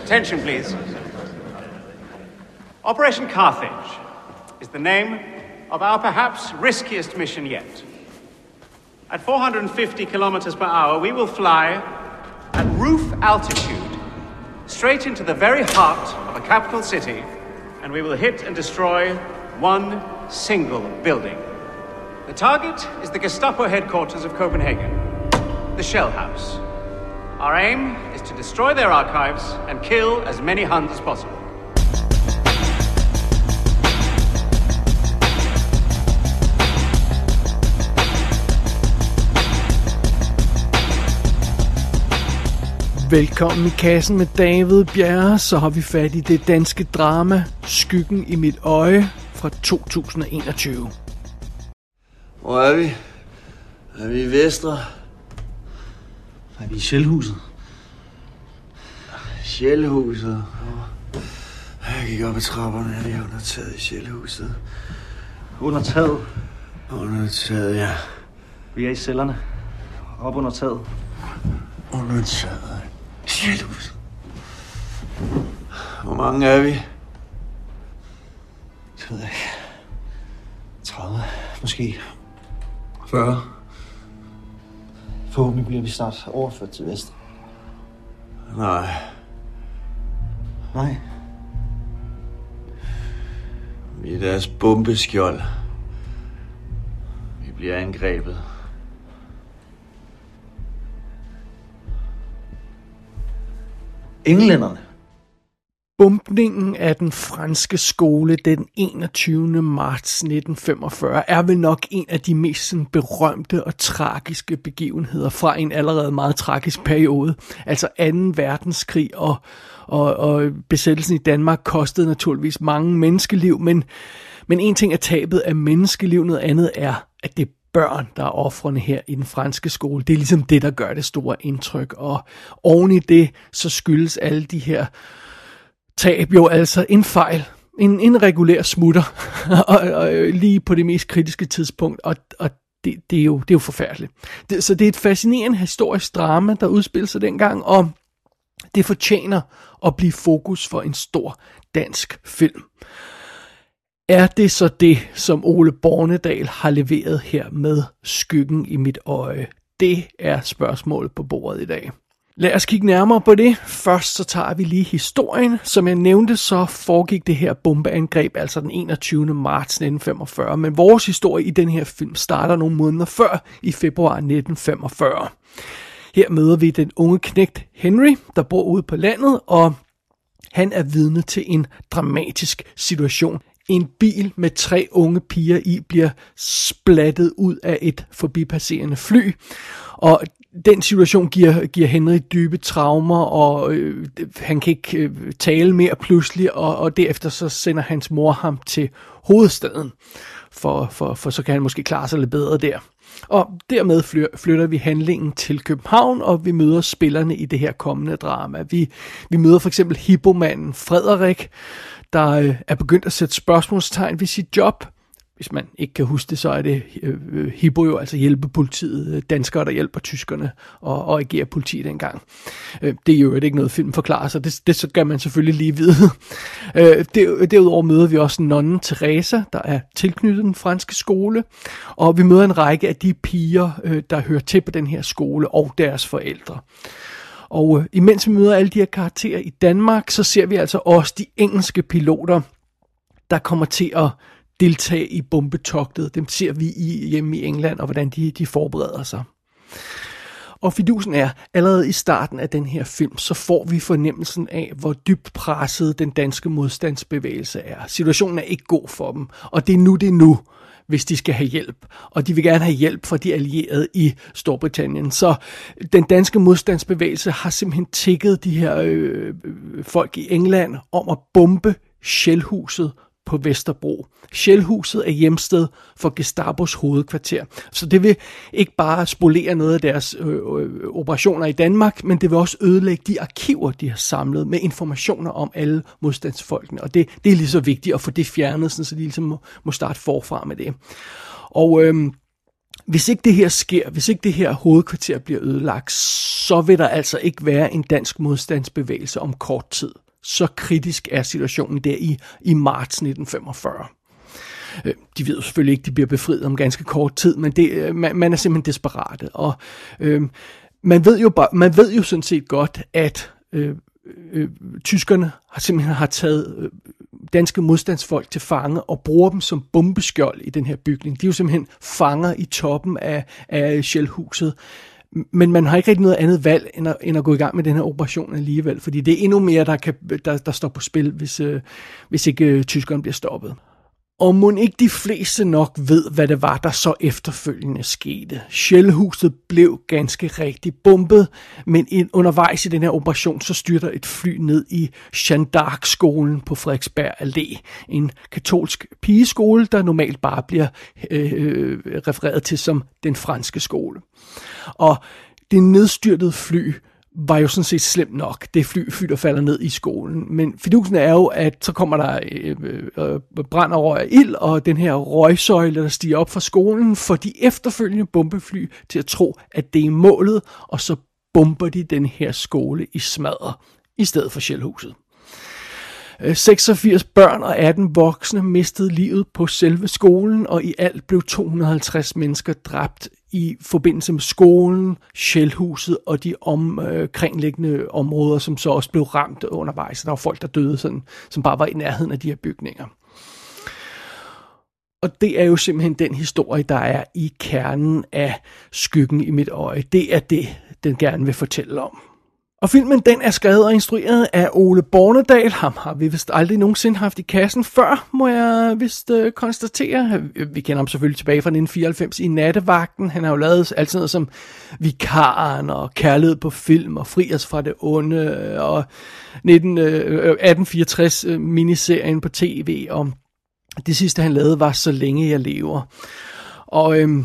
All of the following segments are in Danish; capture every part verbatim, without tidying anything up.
Attention, please. Operation Carthage is the name of our perhaps riskiest mission yet. At four hundred fifty kilometers per hour, we will fly at roof altitude straight into the very heart of a capital city, and we will hit and destroy one single building. The target is the Gestapo headquarters of Copenhagen, the Shell House. Our aim is to destroy their archives and kill as many Huns as possible. Velkommen i kassen med David Bjerre, så har vi fat i det danske drama Skyggen i mit øje fra to tusind og enogtyve. Hvor er vi? Er vi i Vestre? Er vi i Shellhuset? Shellhuset? Jeg gik op ad trapperne, jeg er lige under taget i Shellhuset. Under taget? Under taget, ja. Vi er i cellerne. Op under taget. Under taget. Shellhuset. Hvor mange er vi? Det ved jeg ikke. tredive, måske. fyrre. Forhåbentlig bliver vi snart overført til vest. Nej. Nej. Vi er deres bombeskjold. Vi bliver angrebet. Englænderne. Bombningen af den franske skole den enogtyvende marts nitten femogfyrre er vel nok en af de mest sådan, berømte og tragiske begivenheder fra en allerede meget tragisk periode. Altså anden verdenskrig og, og, og besættelsen i Danmark kostede naturligvis mange menneskeliv, men, men en ting er tabet af menneskeliv, noget andet er, at det børn, der er ofrene her i den franske skole. Det er ligesom det, der gør det store indtryk. Og oven i det, så skyldes alle de her tab jo altså en fejl. En, en regulær smutter. og, og, lige på det mest kritiske tidspunkt. Og, og det, det, er jo, det er jo forfærdeligt. Det, så det er et fascinerende historisk drama, der udspiller sig dengang. Og det fortjener at blive fokus for en stor dansk film. Er det så det, som Ole Bornedal har leveret her med Skyggen i mit øje? Det er spørgsmålet på bordet i dag. Lad os kigge nærmere på det. Først så tager vi lige historien. Som jeg nævnte, så foregik det her bombeangreb altså den enogtyvende marts nitten femogfyrre. Men vores historie i den her film starter nogle måneder før, i februar nitten femogfyrre. Her møder vi den unge knægt Henry, der bor ude på landet, og han er vidne til en dramatisk situation. En bil med tre unge piger i bliver splattet ud af et forbipasserende fly, og den situation giver, giver Henry dybe traumer, og øh, han kan ikke øh, tale mere pludselig, og, og derefter så sender hans mor ham til hovedstaden, for, for, for så kan han måske klare sig lidt bedre der. Og dermed flytter vi handlingen til København, og vi møder spillerne i det her kommende drama. Vi, vi møder for eksempel hippomanden Frederik, der øh, er begyndt at sætte spørgsmålstegn ved sit job. Hvis man ikke kan huske det, så er det øh, Hippo jo, altså hjælpepolitiet, danskere, der hjælper tyskerne og, og agerer politi dengang. Øh, det er jo ikke noget, film forklarer sig, det, det så kan man selvfølgelig lige vide. Øh, derudover møder vi også nonnen Teresa, der er tilknyttet den franske skole, og vi møder en række af de piger, øh, der hører til på den her skole, og deres forældre. Og øh, imens vi møder alle de her karakterer i Danmark, så ser vi altså også de engelske piloter, der kommer til at deltage i bombetogtet. Dem ser vi i, hjemme i England, og hvordan de, de forbereder sig. Og fidusen er, allerede i starten af den her film, så får vi fornemmelsen af, hvor dybt presset den danske modstandsbevægelse er. Situationen er ikke god for dem, og det er nu, det er nu, hvis de skal have hjælp. Og de vil gerne have hjælp fra de allierede i Storbritannien. Så den danske modstandsbevægelse har simpelthen tikket de her øh, folk i England om at bombe Shellhuset på Vesterbro. Shellhuset er hjemsted for Gestapos hovedkvarter. Så det vil ikke bare spolere noget af deres øh, øh, operationer i Danmark, men det vil også ødelægge de arkiver, de har samlet med informationer om alle modstandsfolkene. Og det, det er lige så vigtigt at få det fjernet, så de ligesom må, må starte forfra med det. Og øh, hvis ikke det her sker, hvis ikke det her hovedkvarter bliver ødelagt, så vil der altså ikke være en dansk modstandsbevægelse om kort tid. Så kritisk er situationen der i, i marts nitten femogfyrre. De ved jo selvfølgelig ikke, at de bliver befriet om ganske kort tid, men det, man, man er simpelthen desperate. Og øh, man ved jo bare, man ved jo sådan set godt, at øh, øh, tyskerne har simpelthen har taget øh, danske modstandsfolk til fange og bruger dem som bombeskjold i den her bygning. De er jo simpelthen fanger i toppen af, af Shellhuset. Men man har ikke rigtig noget andet valg, end at, end at gå i gang med den her operation alligevel, fordi det er endnu mere, der, kan, der, der står på spil, hvis, øh, hvis ikke øh, tyskerne bliver stoppet. Og mon ikke de fleste nok ved, hvad det var, der så efterfølgende skete. Shellhuset blev ganske rigtig bombet, men undervejs i den her operation, så styrter et fly ned i Jeanne d'Arc-skolen på Frederiksberg Allé. En katolsk pigeskole, der normalt bare bliver øh, refereret til som den franske skole. Og det nedstyrtede fly var jo sådan set slemt nok, det fly, fly, der falder ned i skolen. Men fidusen er jo, at så kommer der øh, øh, brand og røg af ild, og den her røgsøjle, der stiger op fra skolen, får de efterfølgende bombefly til at tro, at det er målet, og så bomber de den her skole i smadder, i stedet for Shellhuset. seksogfirs børn og atten voksne mistede livet på selve skolen, og i alt blev to hundrede og halvtreds mennesker dræbt i forbindelse med skolen, Shellhuset og de omkringliggende områder, som så også blev ramt undervejs. Der var folk, der døde, sådan, som bare var i nærheden af de her bygninger. Og det er jo simpelthen den historie, der er i kernen af Skyggen i mit øje. Det er det, den gerne vil fortælle om. Og filmen, den er skrevet og instrueret af Ole Bornedal. Ham har vi vist aldrig nogensinde haft i kassen før, må jeg vist øh, konstatere. Vi kender ham selvfølgelig tilbage fra nitten fireoghalvfems i Nattevagten. Han har jo lavet altid noget som Vikaren og Kærlighed på film og Fri os fra det onde og atten fireogtres miniserien på tv. Og det sidste, han lavede, var Så længe jeg lever. Og øhm,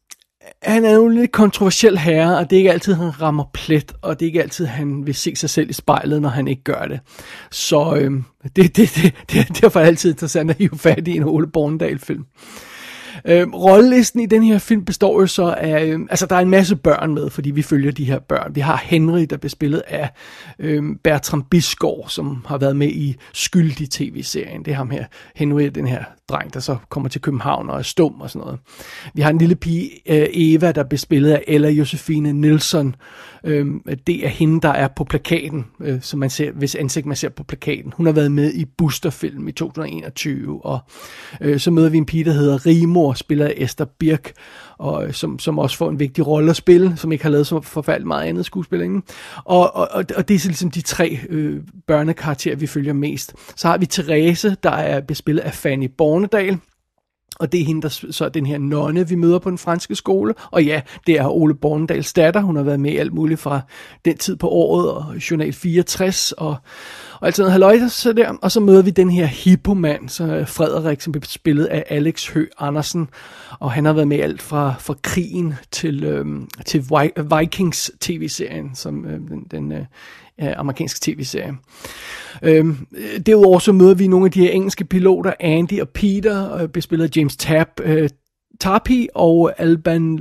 han er jo en lidt kontroversiel herre, og det er ikke altid, han rammer plet, og det er ikke altid, han vil se sig selv i spejlet, når han ikke gør det. Så øhm, det, det, det, det er derfor altid interessant at hive fat i en Ole Bornedal-film. Øhm, rollelisten i den her film består jo så af, øhm, altså der er en masse børn med, fordi vi følger de her børn. Vi har Henry, der bliver spillet af øhm, Bertram Bisgaard, som har været med i Skyldig tv-serien. Det er ham her, Henry, den her dreng, der så kommer til København og er stum og sådan noget. Vi har en lille pige, øh, Eva, der bliver spillet af Ella Josefine Nielsen. Øhm, det er hende, der er på plakaten, øh, som man ser, hvis ansigt man ser på plakaten. Hun har været med i Buster-film i to tusind og enogtyve, og øh, så møder vi en pige, der hedder Rigmor, spiller af Esther Birk, og som, som også får en vigtig rolle at spille, som ikke har lavet så forfærdeligt meget andet skuespil. Og, og, og det er så ligesom de tre øh, børnekarakterer, vi følger mest. Så har vi Therese, der er bespillet af Fanny Bornedal, og det er hende, der så er den her nonne, vi møder på den franske skole. Og ja, det er Ole Bornedals datter. Hun har været med i alt muligt fra den tid på året, og Journal fireogtres, og, og alt sådan noget halløj, så der. Og så møder vi den her hippomand, så Frederik, som bliver spillet af Alex Høgh Andersen. Og han har været med i alt fra, fra krigen til, øhm, til Vikings tv-serien, som øh, den... den øh, amerikansk tv-serie. Øhm, derudover så møder vi nogle af de her engelske piloter, Andy og Peter, øh, bespillet af James Tapp, øh, Tarpi og Alban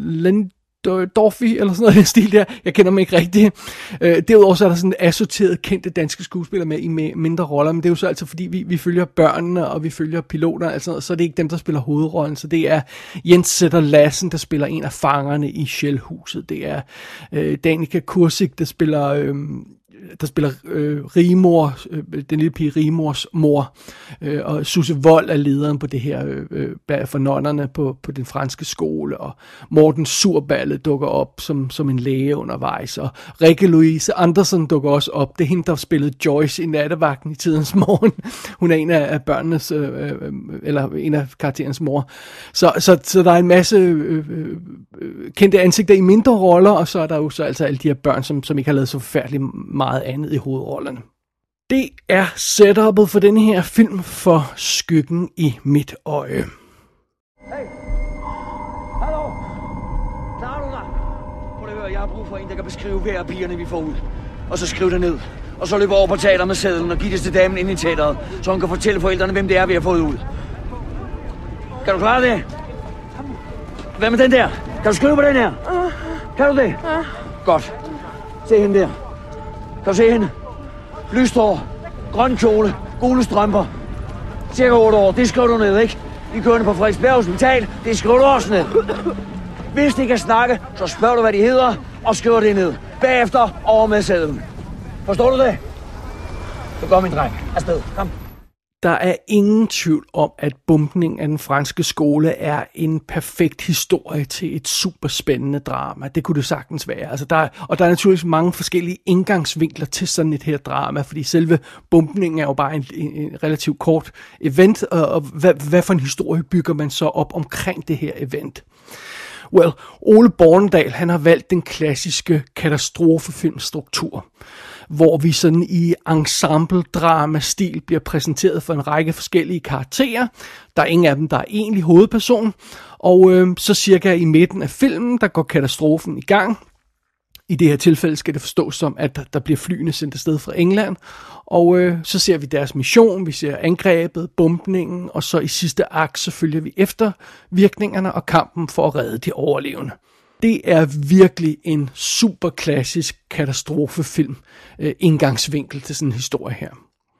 Lendorfi, eller sådan noget i den stil der. Jeg kender dem ikke rigtigt. Øh, derudover så er der sådan assorteret kendte danske skuespillere med i med mindre roller, men det er jo så altså fordi vi, vi følger børnene, og vi følger piloterne, altså, så er det ikke dem, der spiller hovedrollen, så det er Jens Sætter Lassen, der spiller en af fangerne i Shellhuset. Det er øh, Danica Kursik, der spiller... Øh, der spiller øh, Rigmor, øh, den lille pige Rigmors mor, øh, og Susse Wold er lederen på det her øh, for nonnerne på, på den franske skole, og Morten Surballe dukker op som, som en læge undervejs, og Rikke Louise Andersen dukker også op. Det er hende, der spillede Joyce i Nattevagten i Tidens Morgen. Hun er en af børnenes, øh, eller en af karakterens mor. Så, så, så der er en masse øh, øh, kendte ansigter i mindre roller, og så er der jo så altså alle de her børn, som, som ikke har lavet så forfærdeligt meget andet i hovedrollerne. Det er setupet for denne her film for Skyggen i mit øje. Hey! Hallo! Klarer du dig? Prøv at høre, jeg har brug for en, der kan beskrive hver af pigerne, vi får ud. Og så skriv det ned. Og så løb over på teater med sedlen og giv det til damen inde i teateret, så hun kan fortælle forældrene, hvem det er, vi har fået ud. Kan du klare det? Hvad med den der? Kan du skrive på den her? Kan du det? Ja. Godt. Se hende der. Kan du se hende? Lyst hår, grøn kjole, gule strømper. Cirka otte år, det skriver du ned, ikke? Vi kører på Frederiksberg Hospital, det skriver du også ned. Hvis de kan snakke, så spørger du, hvad de hedder, og skriver det ned. Bagefter over med sædlen. Forstår du det? Så går min dreng. Afsted. Kom. Der er ingen tvivl om, at bombningen af den franske skole er en perfekt historie til et superspændende drama. Det kunne det sagtens være. Altså der er, og der er naturligvis mange forskellige indgangsvinkler til sådan et her drama, fordi selve bombningen er jo bare en, en, en relativt kort event, og, og hvad, hvad for en historie bygger man så op omkring det her event? Well, Ole Bornedal, han har valgt den klassiske katastrofefilmstruktur, hvor vi sådan i ensemble-drama-stil bliver præsenteret for en række forskellige karakterer. Der er ingen af dem, der er egentlig hovedperson, og øh, så cirka i midten af filmen, der går katastrofen i gang. I det her tilfælde skal det forstås som, at der bliver flyene sendt afsted fra England, og øh, så ser vi deres mission, vi ser angrebet, bombningen, og så i sidste akt så følger vi efter virkningerne og kampen for at redde de overlevende. Det er virkelig en super klassisk katastrofefilm, øh, indgangsvinkel til sådan en historie her.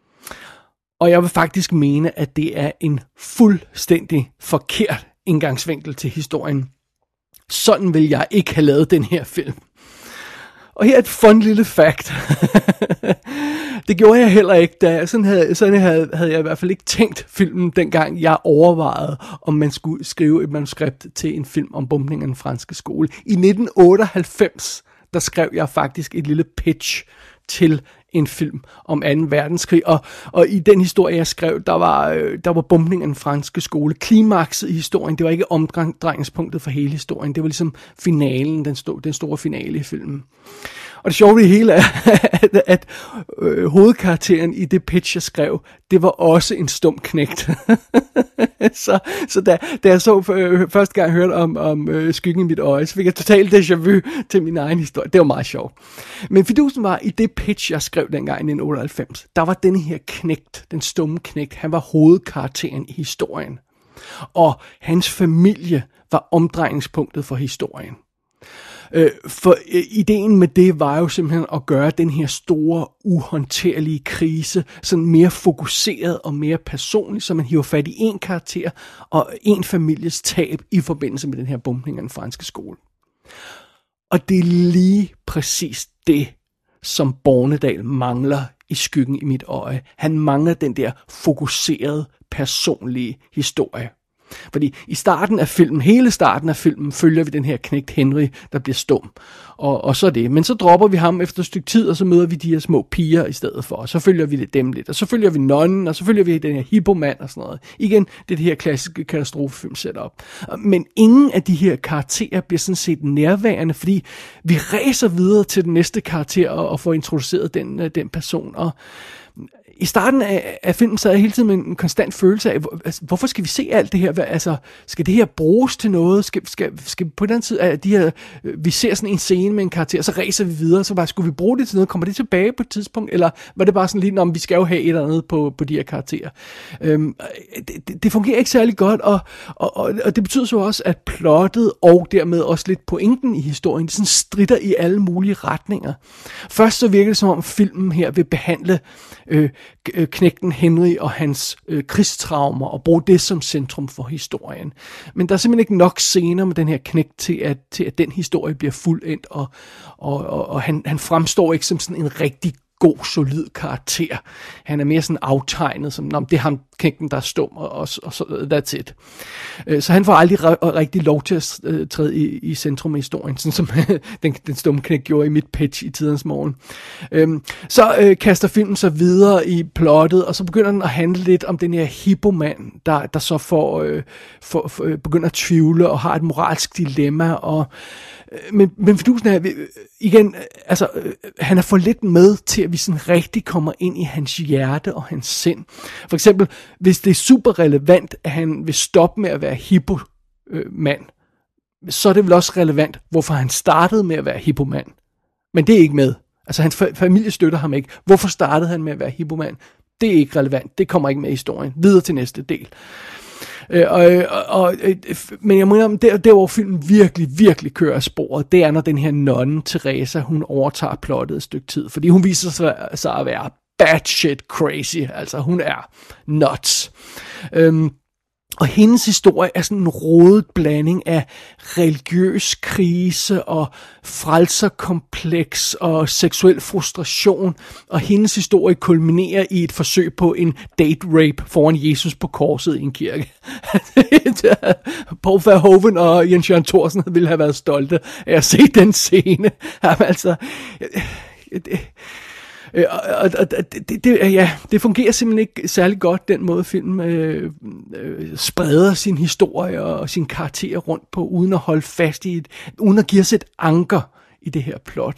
Og jeg vil faktisk mene, at det er en fuldstændig forkert indgangsvinkel til historien. Sådan vil jeg ikke have lavet den her film. Og her er et fun lille fact. Det gjorde jeg heller ikke, da sådan, havde, sådan havde, havde jeg i hvert fald ikke tænkt filmen, dengang jeg overvejede, om man skulle skrive et manuskript til en film om bombningen af den franske skole. I nitten otteoghalvfems, der skrev jeg faktisk et lille pitch til en film om anden verdenskrig, og, og i den historie, jeg skrev, der var, øh, der var bombningen af den franske skole. Klimakset i historien, det var ikke omdrejningspunktet for hele historien, det var ligesom finalen, den, sto- den store finale i filmen. Og det sjove i det hele er, at, at øh, hovedkarakteren i det pitch, jeg skrev, det var også en stum knægt. så så da, da jeg så øh, første gang hørte om, om øh, Skyggen i mit øje, så fik jeg totalt déjà vu til min egen historie. Det var meget sjovt. Men fidusen var, i det pitch, jeg skrev dengang i nitten otteoghalvfems, der var denne her knægt, den stumme knægt, han var hovedkarakteren i historien. Og hans familie var omdrejningspunktet for historien. Øh, for øh, ideen med det var jo simpelthen at gøre den her store, uhåndterlige krise sådan mere fokuseret og mere personlig, så man hiver fat i en karakter og en families tab i forbindelse med den her bombning af den franske skole. Og det er lige præcis det, som Bornedal mangler i Skyggen i mit øje. Han mangler den der fokuserede, personlige historie. Fordi i starten af filmen, hele starten af filmen, følger vi den her knægt Henry, der bliver stum. Og, og så det. Men så dropper vi ham efter et stykke tid, og så møder vi de her små piger i stedet for. Og så følger vi det dem lidt. Og så følger vi nonnen, og så følger vi den her hippomand og sådan noget. Igen, det er det her klassiske katastrofefilm setup. Men ingen af de her karakterer bliver sådan set nærværende, fordi vi ræser videre til den næste karakter og, og får introduceret den, den person. Og i starten af, af filmen så er jeg hele tiden med en konstant følelse af, hvor, altså, hvorfor skal vi se alt det her? Hvad, altså, skal det her bruges til noget? Skal, skal, skal på den tid, at de her, vi ser sådan en scene med en karakter, så ræser vi videre, så bare, skulle vi bruge det til noget? Kommer det tilbage på et tidspunkt? Eller var det bare sådan lidt, om vi skal jo have et eller andet på, på de her karakterer? Øhm, det, det fungerer ikke særlig godt, og, og, og, og det betyder så også, at plottet og dermed også lidt pointen i historien, sådan stritter i alle mulige retninger. Først så virker det som om filmen her vil behandle øh, knægten Henry og hans øh, krigstraumer og bruge det som centrum for historien. Men der er simpelthen ikke nok scener med den her knægt til at, til at den historie bliver fuldendt, og, og, og, og han, han fremstår ikke som sådan en rigtig god, solid karakter. Han er mere sådan aftegnet, som det er ham, knægten, der er stum, og, og, og så that's it. Så han får aldrig rigtig lov til at træde i, i centrum af historien, sådan som den, den stumme knægt gjorde i mit pitch i tidens morgen. Så øh, kaster filmen sig videre i plottet, og så begynder den at handle lidt om den her hippomand, der, der så får, øh, for, for, begynder at tvivle og har et moralsk dilemma, og Men, men fidusen er, igen, altså, han er for lidt med til, at vi sådan rigtig kommer ind i hans hjerte og hans sind. For eksempel, hvis det er super relevant, at han vil stoppe med at være hippomand, så er det vel også relevant, hvorfor han startede med at være hippomand. Men det er ikke med. Altså, hans familie støtter ham ikke. Hvorfor startede han med at være hippomand? Det er ikke relevant. Det kommer ikke med i historien. Videre til næste del. Øh, og, og, og, men jeg mener, der, der hvor filmen virkelig, virkelig kører af sporet, det er, når den her nonne, Teresa, hun overtager plottet et stykke tid. Fordi hun viser sig, sig at være batshit crazy. Altså, hun er nuts. Øhm, Og hendes historie er sådan en rodet blanding af religiøs krise og frelserkompleks og seksuel frustration. Og hendes historie kulminerer i et forsøg på en date rape foran Jesus på korset i en kirke. Paul Verhoeven og Jens Jørgen Thorsen ville have været stolte af at se den scene. Jamen, altså... Det, Og, og, og det, det, ja, det fungerer simpelthen ikke særlig godt, den måde filmen øh, øh, spreder sin historie og sin karakter rundt på, uden at holde fast i et, uden at give os et anker i det her plot.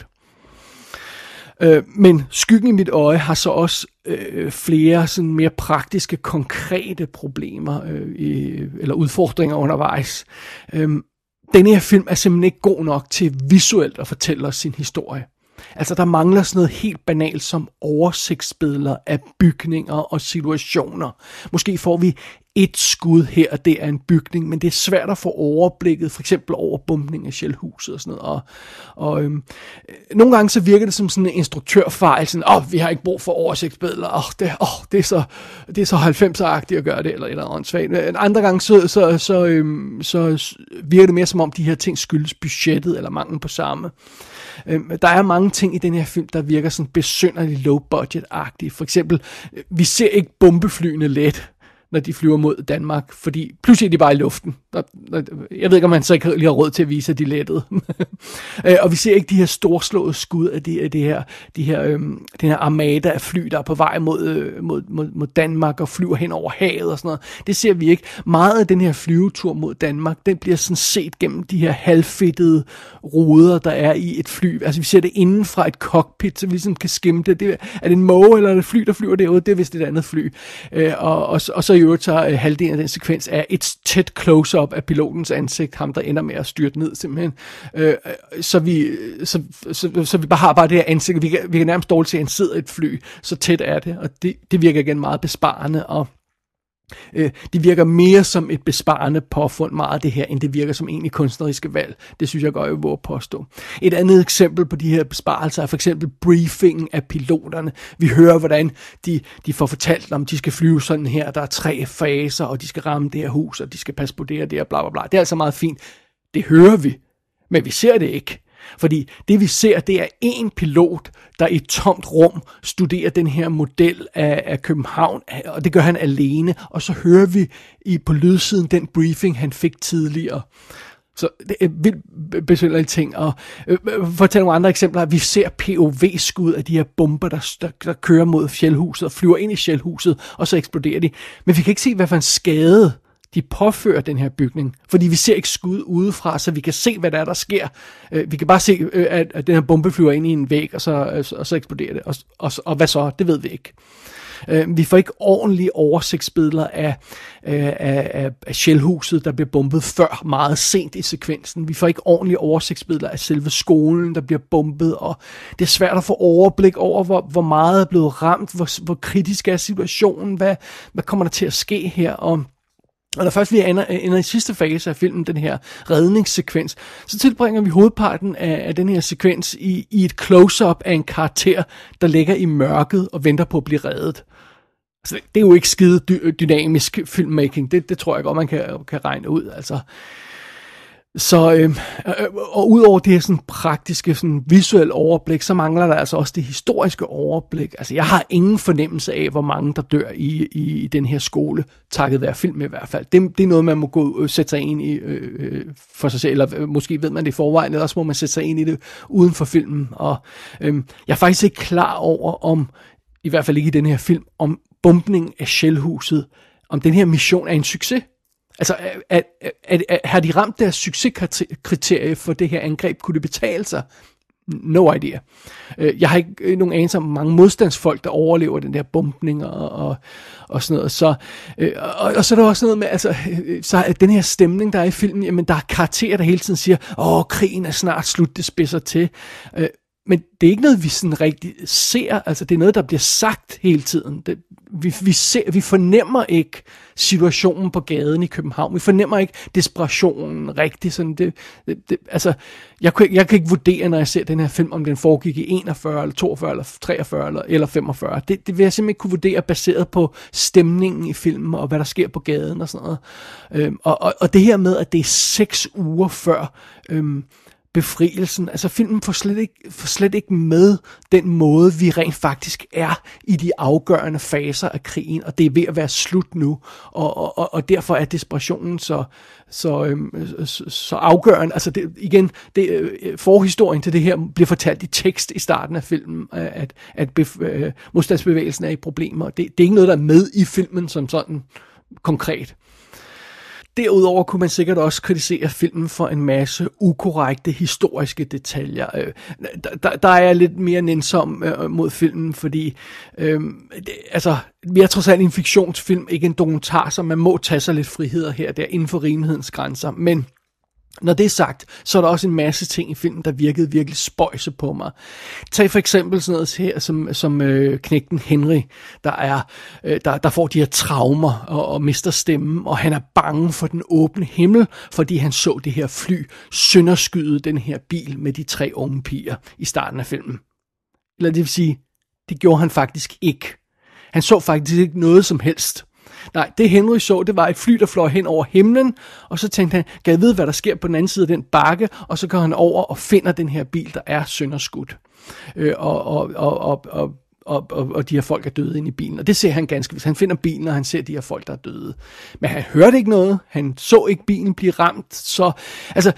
Øh, men Skyggen i mit øje har så også øh, flere sådan mere praktiske, konkrete problemer øh, i, eller udfordringer undervejs. Øh, denne her film er simpelthen ikke god nok til visuelt at fortælle os sin historie. Altså, der mangler sådan noget helt banalt som oversigtsbilleder af bygninger og situationer. Måske får vi et skud her, og det er en bygning, men det er svært at få overblikket, for eksempel over bombning af Shell-huset og sådan noget. Og, og øhm, nogle gange så virker det som sådan en instruktørfejl, sådan, åh, oh, vi har ikke brug for oversigtsbilleder, åh, oh, det, oh, det er så, det er så halvfemser-agtigt at gøre det, eller et eller andet svagt. Andre gange så, så, så, øhm, så virker det mere som om, de her ting skyldes budgettet, eller mangel på samme. Der er mange ting i den her film, der virker sådan besynderligt low-budget-agtigt. For eksempel, vi ser ikke bombeflyene let, når de flyver mod Danmark, fordi pludselig er de bare i luften. Jeg ved ikke, om man så ikke lige har råd til at vise, at de lettede. Og vi ser ikke de her storslåede skud af de, af de her, de her, øhm, den her armada af fly, der er på vej mod, mod, mod, mod Danmark og flyver hen over havet og sådan noget. Det ser vi ikke. Meget af den her flyvetur mod Danmark, den bliver sådan set gennem de her halvfedtede ruder, der er i et fly. Altså vi ser det inden fra et cockpit, så vi ligesom kan skimme det. det er det en måge eller et fly, der flyver derude? Det er vist et andet fly. Og, og, og så i øvrigt så øh, halvdelen af den sekvens er et tæt close-up af pilotens ansigt, ham der ender med at styrte ned simpelthen. Øh, så, vi, så, så, så vi bare har bare det her ansigt, vi kan, vi kan nærmest dårligt se, at han sidder i et fly, så tæt er det, og det, det virker igen meget besparende, og øh, det virker mere som et besparende påfund meget af det her, end det virker som egentlig kunstneriske valg. Det synes jeg godt, jeg vil påstå. Et andet eksempel på de her besparelser er for eksempel briefingen af piloterne. Vi hører, hvordan de, de får fortalt, om de skal flyve sådan her, der er tre faser, og de skal ramme det her hus, og de skal passe på det og det og bla bla bla. Det er altså meget fint. Det hører vi, men vi ser det ikke. Fordi det vi ser, det er en pilot, der i et tomt rum studerer den her model af, af København, og det gør han alene, og så hører vi i, på lydsiden den briefing, han fik tidligere. Så det er vildt besynderlige ting, og øh, for at tage nogle andre eksempler, vi ser P O V-skud af de her bomber, der, der, der kører mod Shell-huset og flyver ind i Shell-huset, og så eksploderer de. Men vi kan ikke se, hvad for en skade de påfører den her bygning, fordi vi ser ikke skud udefra, så vi kan se, hvad der er, der sker. Vi kan bare se, at den her bombe flyver ind i en væg, og så, og så eksploderer det. Og, og, og hvad så? Det ved vi ikke. Vi får ikke ordentlige oversigtsbilleder af, af, af Shell-huset, der bliver bombet før meget sent i sekvensen. Vi får ikke ordentlige oversigtsbilleder af selve skolen, der bliver bombet, og det er svært at få overblik over, hvor, hvor meget er blevet ramt, hvor, hvor kritisk er situationen, hvad, hvad kommer der til at ske her, og Og når først vi ender, ender i sidste fase af filmen, den her redningssekvens, så tilbringer vi hovedparten af, af den her sekvens i, i et close-up af en karakter, der ligger i mørket og venter på at blive reddet. Altså, det er jo ikke skide dy- dynamisk filmmaking, det, det tror jeg godt, man kan, kan regne ud. Altså. Så, øh, og udover det her sådan praktiske, sådan visuelle overblik, så mangler der altså også det historiske overblik. Altså, jeg har ingen fornemmelse af, hvor mange der dør i, i, i den her skole, takket være film i hvert fald. Det, det er noget, man må gå øh, sætte sig ind i øh, for sig selv, eller øh, måske ved man det i forvejen, eller også må man sætte sig ind i det uden for filmen. Og øh, jeg er faktisk ikke klar over, om, i hvert fald ikke i den her film, om bombningen af Shell-huset, om den her mission er en succes. Altså, at, at, at, at, har de ramt deres succeskriterie for det her angreb? Kunne det betale sig? No idea. Jeg har ikke nogen anelse om mange modstandsfolk, der overlever den der bombning og, og, og sådan noget. Så, og, og så er der også noget med, altså, så er den her stemning, der er i filmen, jamen der er karakterer, der hele tiden siger, åh, krigen er snart slut, det spidser til. Men det er ikke noget, vi sådan rigtig ser. Altså, det er noget, der bliver sagt hele tiden. Det, vi, vi, ser, vi fornemmer ikke situationen på gaden i København. Vi fornemmer ikke desperationen rigtigt. Sådan det, det, det, altså, jeg, kan, jeg kan ikke vurdere, når jeg ser den her film, om den foregik i enogfyrre, eller toogfyrre, eller treogfyrre, eller, eller femogfyrre. Det, det vil jeg simpelthen ikke kunne vurdere, baseret på stemningen i filmen, og hvad der sker på gaden og sådan noget. Øhm, og, og, og det her med, at det er seks uger før øhm, befrielsen, altså filmen får slet, ikke, får slet ikke med den måde, vi rent faktisk er i de afgørende faser af krigen, og det er ved at være slut nu, og, og, og derfor er desperationen så, så, øhm, så, så afgørende. Altså det, igen, det, øh, forhistorien til det her bliver fortalt i tekst i starten af filmen, at, at bef, øh, modstandsbevægelsen er i problemer. Det, det er ikke noget, der er med i filmen som sådan konkret. Derudover kunne man sikkert også kritisere filmen for en masse ukorrekte historiske detaljer. Der, der, der er jeg lidt mere nænsom øh, mod filmen, fordi øh, det, altså, vi er trods alt en fiktionsfilm, ikke en dokumentar, så man må tage sig lidt friheder her der inden for rimelighedens grænser. Men når det er sagt, så er der også en masse ting i filmen, der virkede virkelig spøjse på mig. Tag for eksempel sådan noget her, som, som øh, knægten Henry, der, er, øh, der, der får de her traumer og, og mister stemmen, og han er bange for den åbne himmel, fordi han så det her fly sønderskyde den her bil med de tre unge piger i starten af filmen. Eller det vil sige, det gjorde han faktisk ikke. Han så faktisk ikke noget som helst. Nej, det Henry så, det var et fly, der fløj hen over himlen, og så tænkte han, kan jeg vide, hvad der sker på den anden side af den bakke, og så går han over og finder den her bil, der er sønderskudt, øh, og, og, og, og, og, og, og, og de her folk er døde inde i bilen, og det ser han ganske vist. Han finder bilen, og han ser de her folk, der er døde. Men han hørte ikke noget, han så ikke bilen blive ramt, så altså...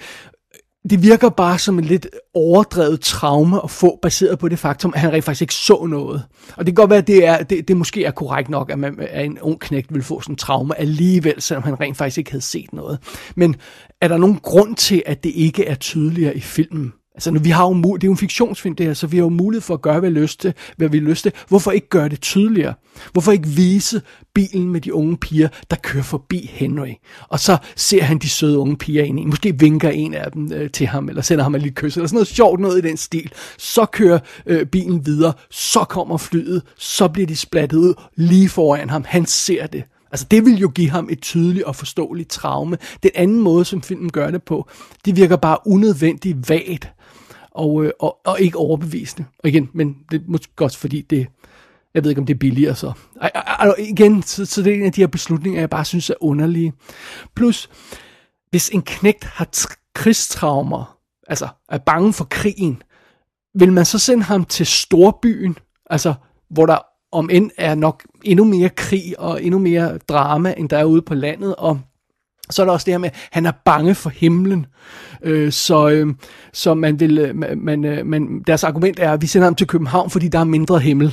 Det virker bare som en lidt overdrevet traume at få, baseret på det faktum, at han rent faktisk ikke så noget. Og det kan godt være, at det, er, det, det måske er korrekt nok, at, man, at en ung knægt vil få sådan en traume alligevel, selvom han rent faktisk ikke havde set noget. Men er der nogen grund til, at det ikke er tydeligere i filmen? Altså, nu, vi har jo, det er jo en fiktionsfilm det her, så vi har jo mulighed for at gøre, hvad vi lyst til, hvad vi lyst til. Hvorfor ikke gøre det tydeligere? Hvorfor ikke vise bilen med de unge piger, der kører forbi Henry? Og så ser han de søde unge piger ind i. Måske vinker en af dem øh, til ham, eller sender ham et lille kys, eller sådan noget sjovt noget i den stil. Så kører øh, bilen videre, så kommer flyet, så bliver de splattet ud lige foran ham. Han ser det. Altså, det vil jo give ham et tydeligt og forståeligt traume. Den anden måde, som filmen gør det på, det virker bare unødvendigt vagt. Og, øh, og, og ikke overbevisende. Og igen, men det er måske godt, fordi det, jeg ved ikke, om det er billigere så. Og igen, så, så det er en af de her beslutninger, jeg bare synes er underlige. Plus, hvis en knægt har t- krigstraumer, altså er bange for krigen, vil man så sende ham til storbyen, altså hvor der om end er nok endnu mere krig og endnu mere drama, end der er ude på landet, og så er der også det her med, at han er bange for himlen. Øh, så, øh, så man vil, man, man, man, deres argument er, at vi sender ham til København, fordi der er mindre himmel.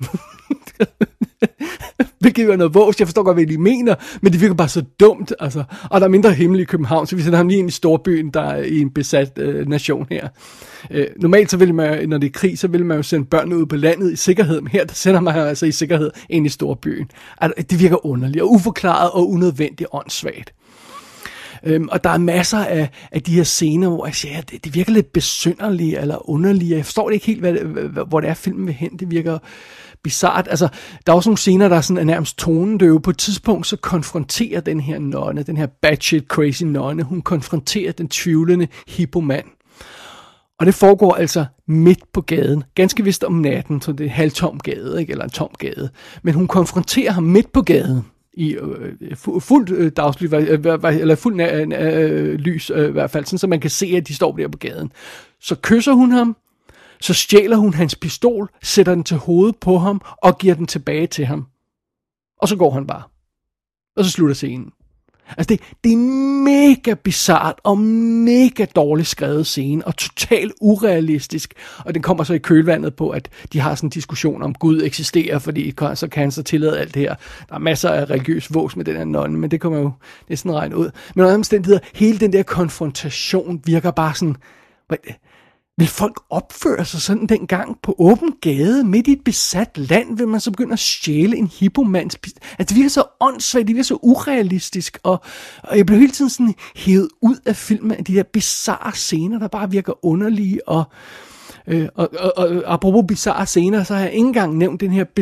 Hvilket er noget vås, jeg forstår godt, hvad de mener, men det virker bare så dumt, altså. Og der er mindre himmel i København, så vi sender ham lige ind i storbyen, der er i en besat øh, nation her. Øh, normalt, så vil man, når det er krig, så vil man jo sende børnene ud på landet i sikkerhed, men her der sender man altså i sikkerhed ind i storbyen. Altså, det virker underligt og uforklaret og unødvendigt åndssvagt. Øhm, og der er masser af, af de her scener, hvor jeg siger, det, det virker lidt besynderlige eller underlige. Jeg forstår ikke helt, hvad, hvor det er, filmen vil hen. Det virker bizart. Altså, der er også nogle scener, der er sådan er nærmest tonedøve. På et tidspunkt, så konfronterer den her nonne, den her batshit crazy nonne, hun konfronterer den tvivlende hippomand. Og det foregår altså midt på gaden. Ganske vist om natten, så det er en halvtom gade, ikke? Eller en tom gade. Men hun konfronterer ham midt på gaden. I øh, fuldt øh, dagslys, øh, eller fuldt øh, lys øh, i hvert fald, sådan, så man kan se, at de står der på gaden. Så kysser hun ham, så stjæler hun hans pistol, sætter den til hovedet på ham, og giver den tilbage til ham. Og så går han bare. Og så slutter scenen. Altså det, det er mega bizart og mega dårligt skrevet scene, og totalt urealistisk. Og den kommer så i kølvandet på, at de har sådan en diskussion om Gud eksisterer, fordi så kan han så tillade alt det her. Der er masser af religiøs vås med den her nonne, men det kommer jo næsten regnet ud. Men under omstændigheder, hele den der konfrontation virker bare sådan... Vil folk opføre sig sådan dengang på åben gade, midt i et besat land, vil man så begynde at stjæle en hippomands... Altså, det virker så åndssvagt, det virker så urealistisk, og, og jeg blev hele tiden sådan hævet ud af filmen af de der bizarre scener, der bare virker underlige, og, øh, og, og, og apropos bizarre scener, så har jeg ikke engang nævnt den her be-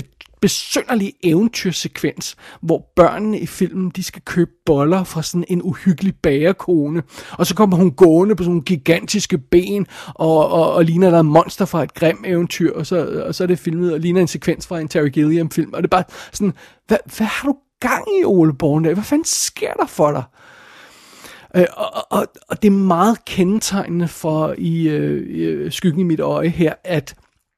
besynderlig eventyrsekvens, hvor børnene i filmen, de skal købe boller fra sådan en uhyggelig bagerkone, og så kommer hun gående på sådan nogle gigantiske ben, og, og, og ligner der en monster fra et grim eventyr, og så, og så er det filmet, og ligner en sekvens fra en Terry Gilliam-film, og det er bare sådan, hvad, hvad har du gang i, Ole Bornedal? Hvad fanden sker der for dig? Øh, og, og, og det er meget kendetegnende for i, øh, i Skyggen i mit øje her, at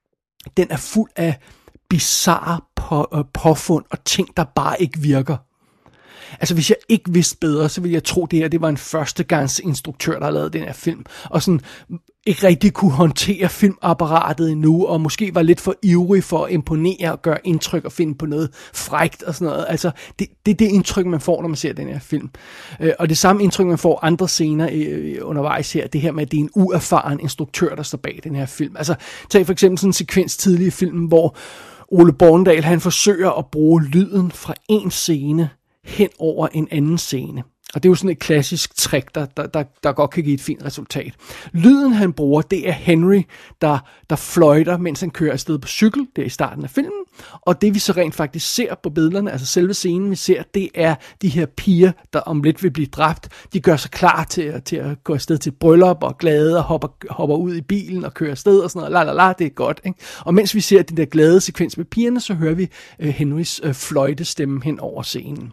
den er fuld af bizarre på, øh, påfund og ting, der bare ikke virker. Altså, hvis jeg ikke vidste bedre, så ville jeg tro, det her det var en førstegangsinstruktør, der har lavet den her film, og sådan ikke rigtig kunne håndtere filmapparatet endnu, og måske var lidt for ivrig for at imponere og gøre indtryk og finde på noget frækt og sådan noget. Altså, det, det er det indtryk, man får, når man ser den her film. Øh, og det samme indtryk, man får andre scener øh, undervejs her, det her med, at det er en uerfaren instruktør, der står bag den her film. Altså, tag for eksempel sådan en sekvens tidlig i filmen, hvor Ole Bornedal, han forsøger at bruge lyden fra en scene hen over en anden scene. Og det er jo sådan et klassisk trick, der, der, der, der godt kan give et fint resultat. Lyden, han bruger, det er Henry, der, der fløjter, mens han kører afsted på cykel. Det er i starten af filmen. Og det vi så rent faktisk ser på billederne, altså selve scenen, vi ser, det er de her piger, der om lidt vil blive dræbt. De gør sig klar til, til at gå afsted til et bryllup og glade og hopper, hopper ud i bilen og kører afsted og sådan noget. La, la, la, det er godt, ikke? Og mens vi ser den der glade sekvens med pigerne, så hører vi uh, Henrys uh, fløjtestemme hen over scenen.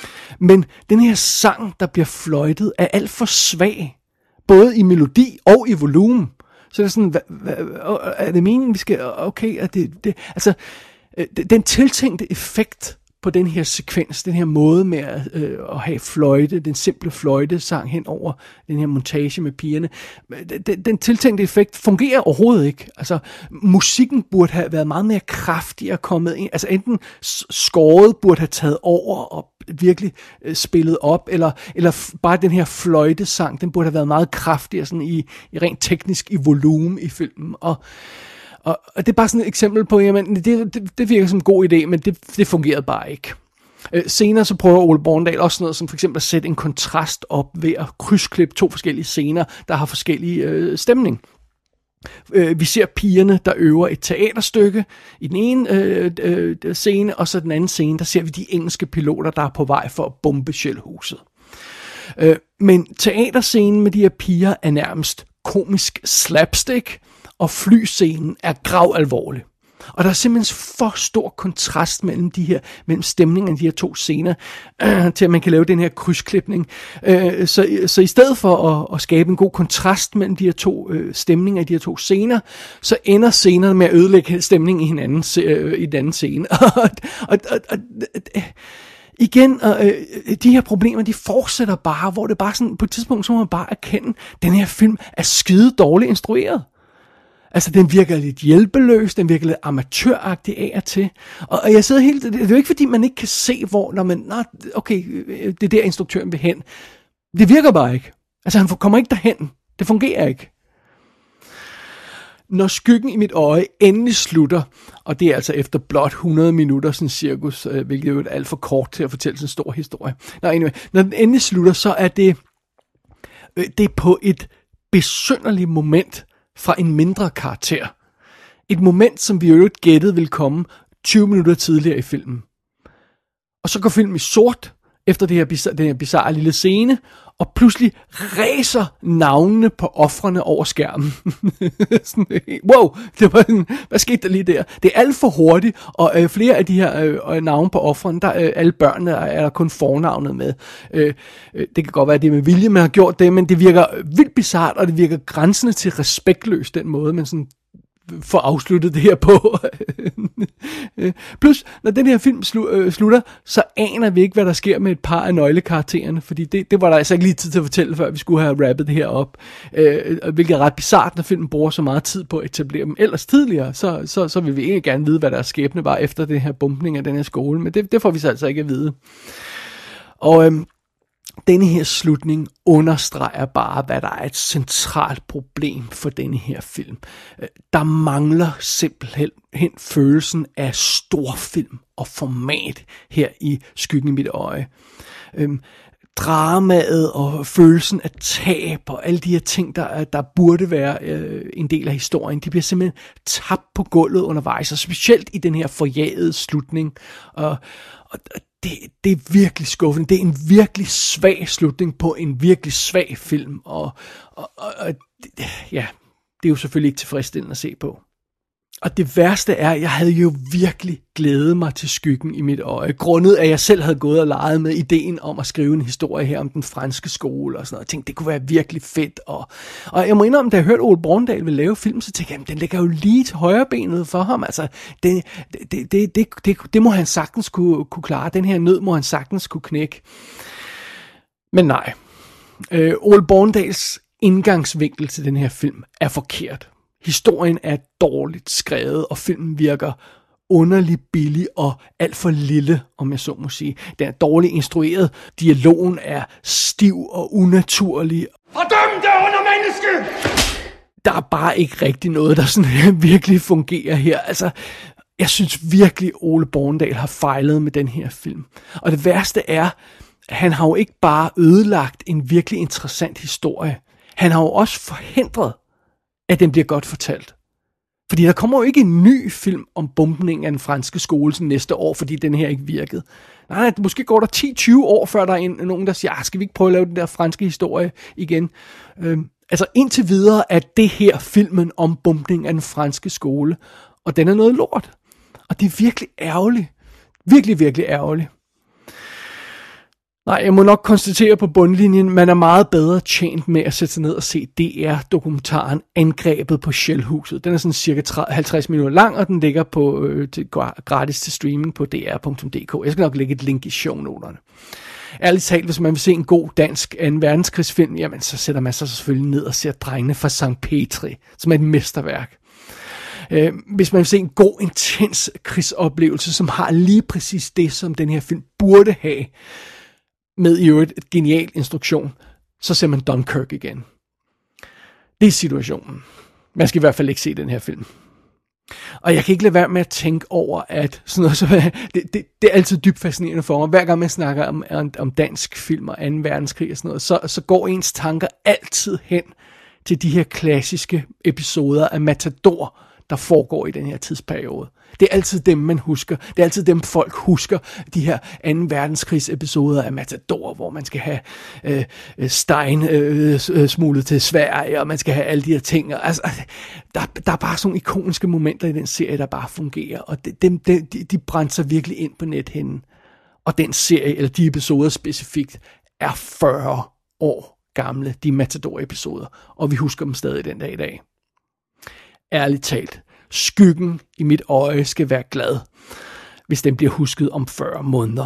Men den her sang, der bliver fløjtet, er alt for svag. Både i melodi og i volumen. Så det er sådan, hvad, hvad, er det meningen, vi skal, okay, er det, det, altså, den tiltænkte effekt på den her sekvens, den her måde med at, øh, at have fløjte, den simple fløjtesang hen over den her montage med pigerne, den, den tiltænkte effekt fungerer overhovedet ikke. Altså, musikken burde have været meget mere kraftig og kommet ind, altså enten skåret burde have taget over og virkelig øh, spillet op, eller, eller bare den her fløjtesang, den burde have været meget kraftigere sådan i, i rent teknisk i volumen i filmen, og Og, og det er bare sådan et eksempel på, jamen, det, det, det virker som en god idé, men det, det fungerede bare ikke. Øh, senere så prøver Ole Bornedal også noget som for eksempel at sætte en kontrast op ved at krydsklippe to forskellige scener, der har forskellige øh, stemning. Øh, vi ser pigerne, der øver et teaterstykke i den ene øh, øh, scene, og så den anden scene, der ser vi de engelske piloter, der er på vej for at bombe Shellhuset. Øh, men teaterscenen med de her piger er nærmest komisk slapstick, og flyscenen er gravalvorlig. Og der er simpelthen for stor kontrast mellem de her, mellem stemningen af de her to scener, øh, til at man kan lave den her krydsklipning. Øh, så, så i stedet for at, at skabe en god kontrast mellem de her to øh, stemninger i de her to scener, så ender scenerne med at ødelægge stemningen i hinanden øh, i den anden scene. og, og, og, og igen, øh, de her problemer, de fortsætter bare, hvor det bare sådan, på et tidspunkt, så må man bare erkende, den her film er skide dårligt instrueret. Altså, den virker lidt hjælpeløs, den virker lidt amatøragtig af og til. Og, og jeg sidder helt, det er jo ikke fordi, man ikke kan se, hvor, når man, nå, okay, det er der instruktøren vil hen. Det virker bare ikke. Altså, han kommer ikke derhen. Det fungerer ikke. Når Skyggen i mit øje endelig slutter, og det er altså efter blot hundrede minutter sådan cirkus, hvilket er jo alt for kort til at fortælle sådan en stor historie. Nå, anyway, når den endelig slutter, så er det, det er på et besynderligt moment fra en mindre karakter. Et moment, som vi jo ikke gættede ville komme tyve minutter tidligere i filmen. Og så går filmen i sort, efter det her bizarre, den her bizarre lille scene, og pludselig ræser navnene på ofrene over skærmen. Sådan, wow, det var en, hvad skete der lige der? Det er alt for hurtigt, og øh, flere af de her øh, navne på ofrene, der øh, alle børnene er, er der kun fornavnet med. Øh, øh, det kan godt være, at det er med vilje, man har gjort det, men det virker vildt bizart, og det virker grænsende til respektløst, den måde, man sådan får afsluttet det her på. Plus, når den her film slu, øh, slutter, så aner vi ikke, hvad der sker med et par af nøglekaraktererne, fordi det, det var der altså ikke lige tid til at fortælle, før vi skulle have rappet det her op. Øh, hvilket er ret bizart, når filmen bruger så meget tid på at etablere dem. Ellers tidligere, så, så, så vil vi ikke gerne vide, hvad deres skæbne var efter den her bumpning af den her skole, men det, det får vi så altså ikke at vide. Og øhm, denne her slutning understreger bare, hvad der er et centralt problem for denne her film. Der mangler simpelthen følelsen af storfilm og format her i Skyggen i mit øje. dramaet og følelsen af tab og alle de her ting, der, der burde være øh, en del af historien, de bliver simpelthen tabt på gulvet undervejs, og specielt i den her forjagede slutning. Og, og det, det er virkelig skuffende. Det er en virkelig svag slutning på en virkelig svag film, og, og, og, og ja, det er jo selvfølgelig ikke tilfredsstillende at se på. Og det værste er, at jeg havde jo virkelig glædet mig til Skyggen i mit øje, grundet at jeg selv havde gået og leget med ideen om at skrive en historie her om den franske skole og sådan noget. Jeg tænkte, det kunne være virkelig fedt. Og, og jeg må indrømme, da jeg hørte Ole Bornedal ville lave film, så tænkte jeg, jamen, den ligger jo lige til højre benet for ham. Altså, det, det, det, det, det, det må han sagtens kunne, kunne klare. Den her nød må han sagtens kunne knække. Men nej. Øh, Ole Bornedals indgangsvinkel til den her film er forkert. Historien er dårligt skrevet, og filmen virker underlig billig og alt for lille, om jeg så må sige. Den er dårligt instrueret, dialogen er stiv og unaturlig. Fordøm det undermenneske! Der er bare ikke rigtig noget, der sådan virkelig fungerer her. Altså, jeg synes virkelig, Ole Bornedal har fejlet med den her film. Og det værste er, at han har jo ikke bare ødelagt en virkelig interessant historie. Han har jo også forhindret, at den bliver godt fortalt. Fordi der kommer jo ikke en ny film om bombningen af den franske skole som næste år, fordi den her ikke virkede. Nej, nej, måske går der ti til tyve år, før der er en, nogen, der siger, skal vi ikke prøve at lave den der franske historie igen? Øhm, altså indtil videre er det her filmen om bombningen af den franske skole, og den er noget lort. Og det er virkelig ærgerligt. Virkelig, virkelig ærgerligt. Nej, jeg må nok konstatere på bundlinjen, man er meget bedre tjent med at sætte sig ned og se D R-dokumentaren Angrebet på Shellhuset. Den er sådan cirka halvtreds minutter lang, og den ligger på, øh, til, gratis til streaming på d r punktum d k. Jeg skal nok lægge et link i shownoterne. Ærligt talt, hvis man vil se en god dansk anden verdenskrigsfilm, jamen så sætter man sig selvfølgelig ned og ser Drengene fra Sankt Petri, som er et mesterværk. Øh, hvis man vil se en god, intens krigsoplevelse, som har lige præcis det, som den her film burde have, med i øvrigt et genial instruktion, så ser man Dunkirk igen. Det er situationen. Man skal i hvert fald ikke se den her film. Og jeg kan ikke lade være med at tænke over, at sådan noget, så, det, det, det er altid dybt fascinerende for mig. Hver gang man snakker om, om dansk film og anden verdenskrig og sådan noget, så, så går ens tanker altid hen til de her klassiske episoder af Matador, der foregår i den her tidsperiode. Det er altid dem, man husker. Det er altid dem, folk husker. De her anden verdenskrigs-episoder af Matador, hvor man skal have øh, Stein øh, smuglet til Sverige, og man skal have alle de her ting. Altså, der, der er bare sådan nogle ikoniske momenter i den serie, der bare fungerer. Og de, de, de, de brændte sig virkelig ind på nethinden. Og den serie, eller de episoder specifikt, er fyrre år gamle, de Matador-episoder. Og vi husker dem stadig den dag i dag. Ærligt talt. Skyggen i mit øje skal være glad, hvis den bliver husket om fyrre måneder.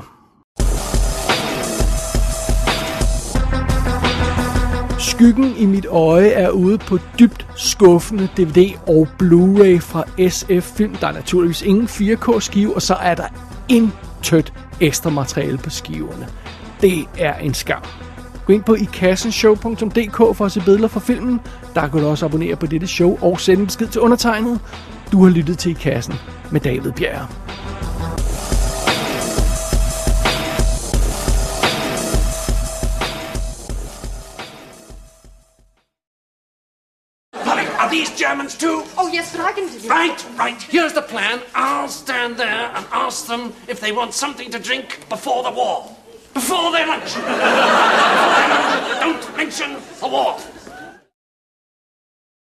Skyggen i mit øje er ude på dybt skuffende D V D og Blu-ray fra S F Film. Der er naturligvis ingen fire K skive, og så er der intet ekstra materiale på skiverne. Det er en skam. Gå ind på i kassen show punktum d k for at se billeder fra filmen. Der kan du også abonnere på dette show og sende en besked til undertegnet. Du har lyttet til I Kassen med David Bjerre. Are these Germans too? Oh, yes, but I can... Right, right. Here's the plan. I'll stand there and ask them if they want something to drink before the war. Before their lunch. Don't mention the war.